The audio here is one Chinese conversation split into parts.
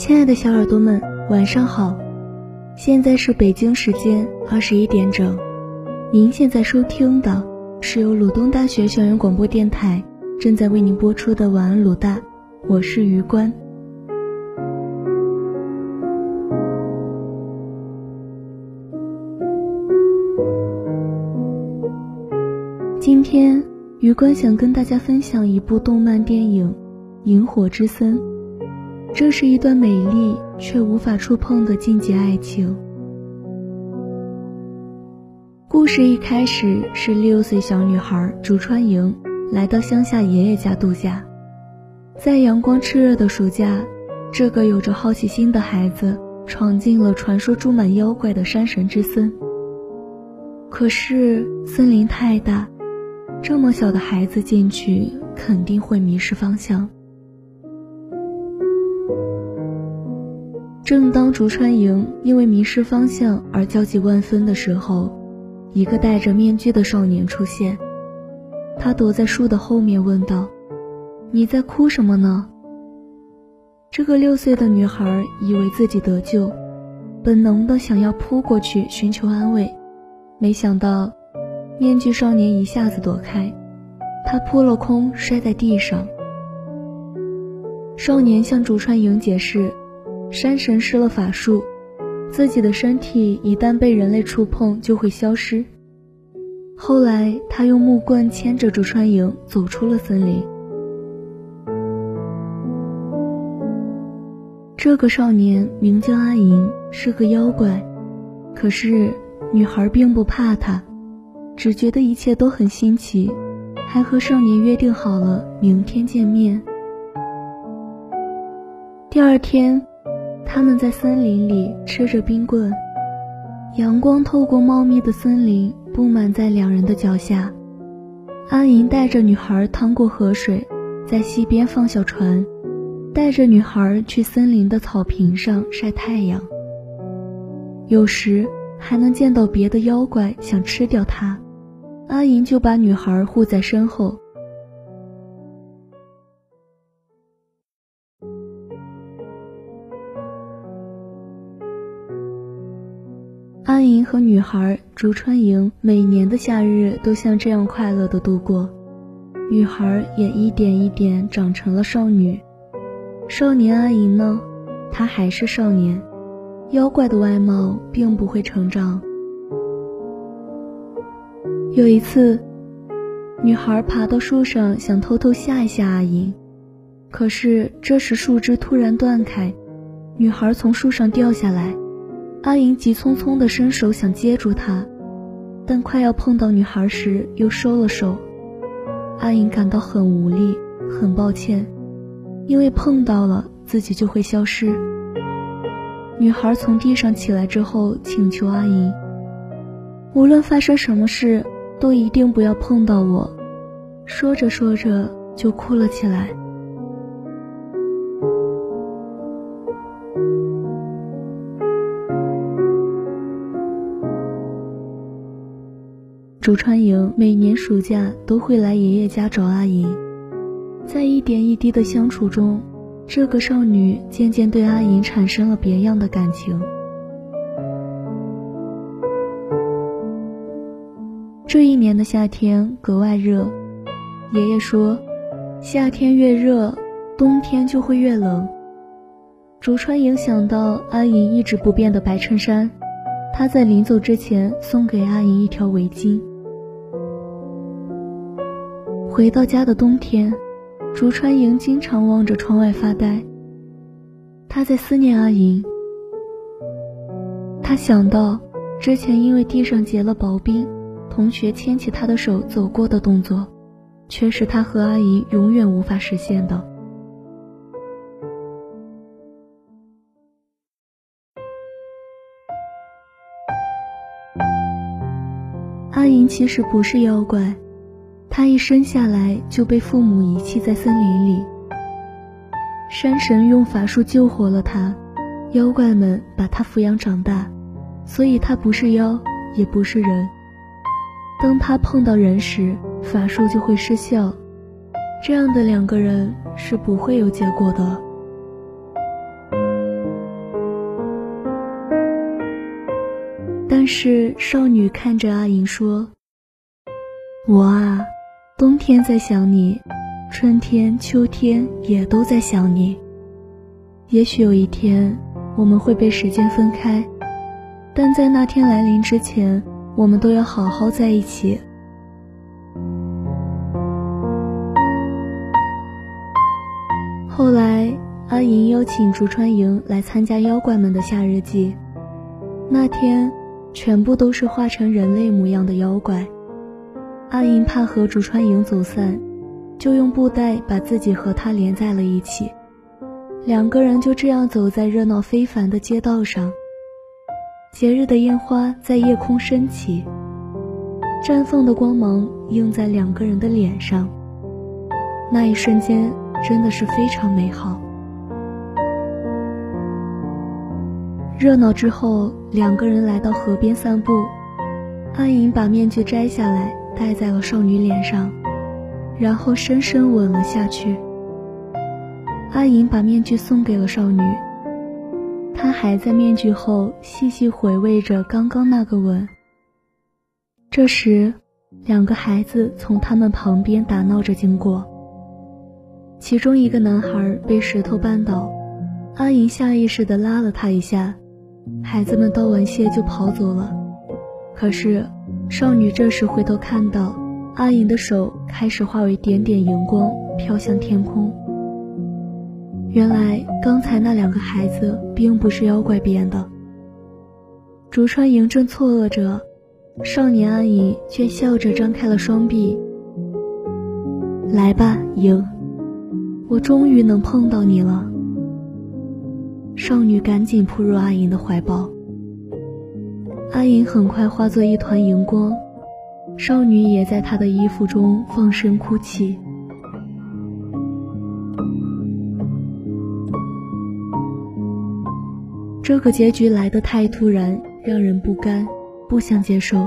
亲爱的小耳朵们，晚上好，现在是北京时间21点整。您现在收听的是由鲁东大学校园广播电台正在为您播出的晚安鲁大，我是余关。今天余关想跟大家分享一部动漫电影《萤火之森》，这是一段美丽却无法触碰的禁忌爱情。故事一开始是6岁小女孩竹川萤来到乡下爷爷家度假。在阳光炽热的暑假，这个有着好奇心的孩子闯进了传说住满妖怪的山神之森。可是森林太大，这么小的孩子进去肯定会迷失方向。正当竹川萤因为迷失方向而焦急万分的时候，一个戴着面具的少年出现。他躲在树的后面问道：你在哭什么呢？这个6岁的女孩以为自己得救，本能的想要扑过去寻求安慰，没想到面具少年一下子躲开，他扑了空摔在地上。少年向竹川萤解释，山神施了法术，自己的身体一旦被人类触碰就会消失。后来他用木棍牵着竹川萤走出了森林。这个少年名叫阿银，是个妖怪，可是女孩并不怕他，只觉得一切都很新奇，还和少年约定好了明天见面。第二天，他们在森林里吃着冰棍，阳光透过茂密的森林布满在两人的脚下。阿银带着女孩趟过河水，在溪边放小船，带着女孩去森林的草坪上晒太阳。有时还能见到别的妖怪想吃掉她，阿银就把女孩护在身后。阿银和女孩竹川萤每年的夏日都像这样快乐地度过，女孩也一点一点长成了少女。少年阿银呢，他还是少年，妖怪的外貌并不会成长。有一次，女孩爬到树上想偷偷吓一吓阿银，可是这时树枝突然断开，女孩从树上掉下来。阿银急匆匆地伸手想接住她，但快要碰到女孩时又收了手。阿银感到很无力，很抱歉，因为碰到了自己就会消失。女孩从地上起来之后请求阿银，无论发生什么事都一定不要碰到我。说着说着就哭了起来。竹川萤每年暑假都会来爷爷家找阿银，在一点一滴的相处中，这个少女渐渐对阿银产生了别样的感情。这一年的夏天格外热，爷爷说，夏天越热，冬天就会越冷。竹川萤想到阿银一直不变的白衬衫，她在临走之前送给阿银一条围巾。回到家的冬天，竹川萤经常望着窗外发呆，她在思念阿银。她想到之前因为地上结了薄冰，同学牵起她的手走过的动作，却是她和阿银永远无法实现的。阿银其实不是妖怪，她一生下来就被父母遗弃在森林里，山神用法术救活了她，妖怪们把她抚养长大，所以她不是妖，也不是人。当她碰到人时，法术就会失效，这样的两个人是不会有结果的。 但是少女看着阿银说，我啊，冬天在想你，春天秋天也都在想你。也许有一天我们会被时间分开，但在那天来临之前，我们都要好好在一起。后来阿银邀请竹川营来参加妖怪们的夏日祭，那天全部都是化成人类模样的妖怪。阿银怕和竹川营走散，就用布袋把自己和他连在了一起，两个人就这样走在热闹非凡的街道上。节日的烟花在夜空升起，绽放的光芒映在两个人的脸上，那一瞬间真的是非常美好。热闹之后，两个人来到河边散步，阿银把面具摘下来戴在了少女脸上，然后深深吻了下去。阿银把面具送给了少女，她还在面具后细细回味着刚刚那个吻。这时两个孩子从他们旁边打闹着经过，其中一个男孩被石头绊倒，阿银下意识地拉了他一下，孩子们道完谢就跑走了。可是少女这时回头看到阿银的手开始化为点点荧光飘向天空，原来刚才那两个孩子并不是妖怪变的。竹川营正错愕着，少年阿银却笑着张开了双臂，来吧营，我终于能碰到你了。少女赶紧扑入阿银的怀抱，阿银很快化作一团荧光，少女也在她的衣服中放声哭泣。这个结局来得太突然，让人不甘，不想接受。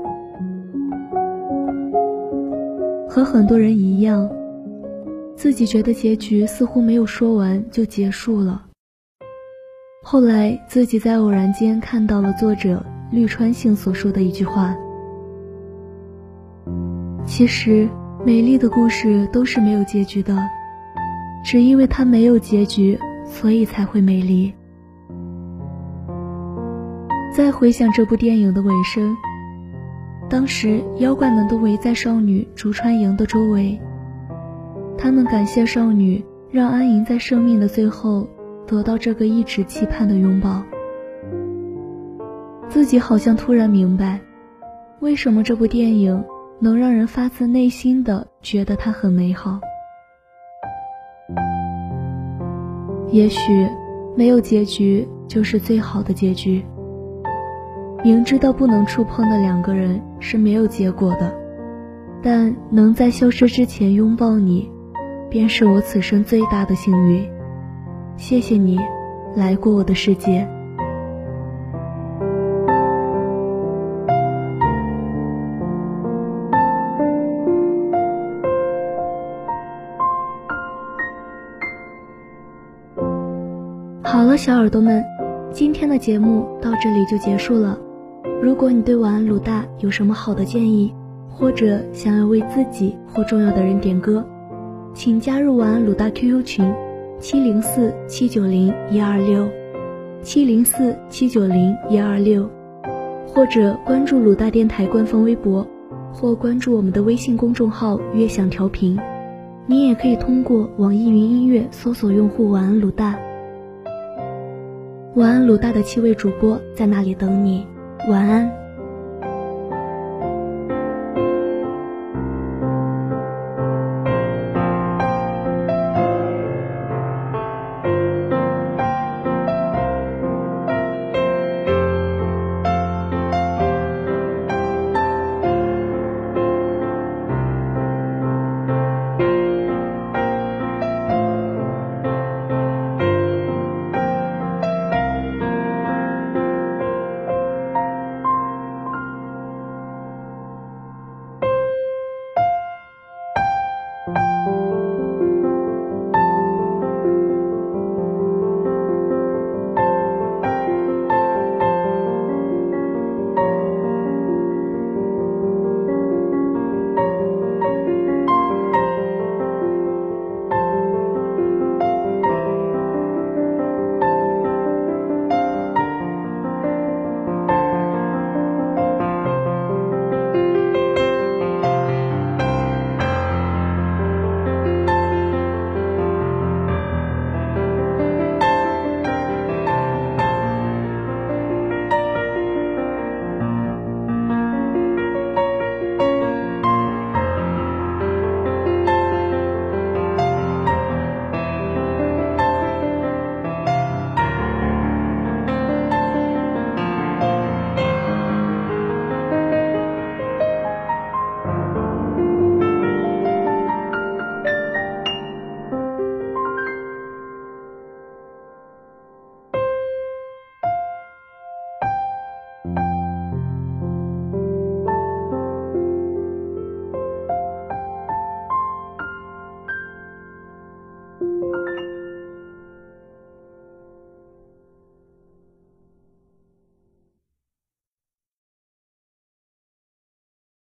和很多人一样，自己觉得结局似乎没有说完就结束了。后来自己在偶然间看到了作者绿川幸所说的一句话，其实美丽的故事都是没有结局的，只因为它没有结局，所以才会美丽。再回想这部电影的尾声，当时妖怪们都围在少女竹川营的周围，他们感谢少女让安银在生命的最后得到这个一直期盼的拥抱。自己好像突然明白，为什么这部电影能让人发自内心的觉得它很美好。也许没有结局就是最好的结局。明知道不能触碰的两个人是没有结果的，但能在消失之前拥抱你，便是我此生最大的幸运。谢谢你来过我的世界。好了，小耳朵们，今天的节目到这里就结束了。如果你对晚安鲁大有什么好的建议，或者想要为自己或重要的人点歌，请加入晚安鲁大 QQ 群704-790-126，704-790-126，或者关注鲁大电台官方微博，或关注我们的微信公众号悦享调频。你也可以通过网易云音乐搜索用户晚安鲁大。晚安鲁大的7位主播在那里等你，晚安。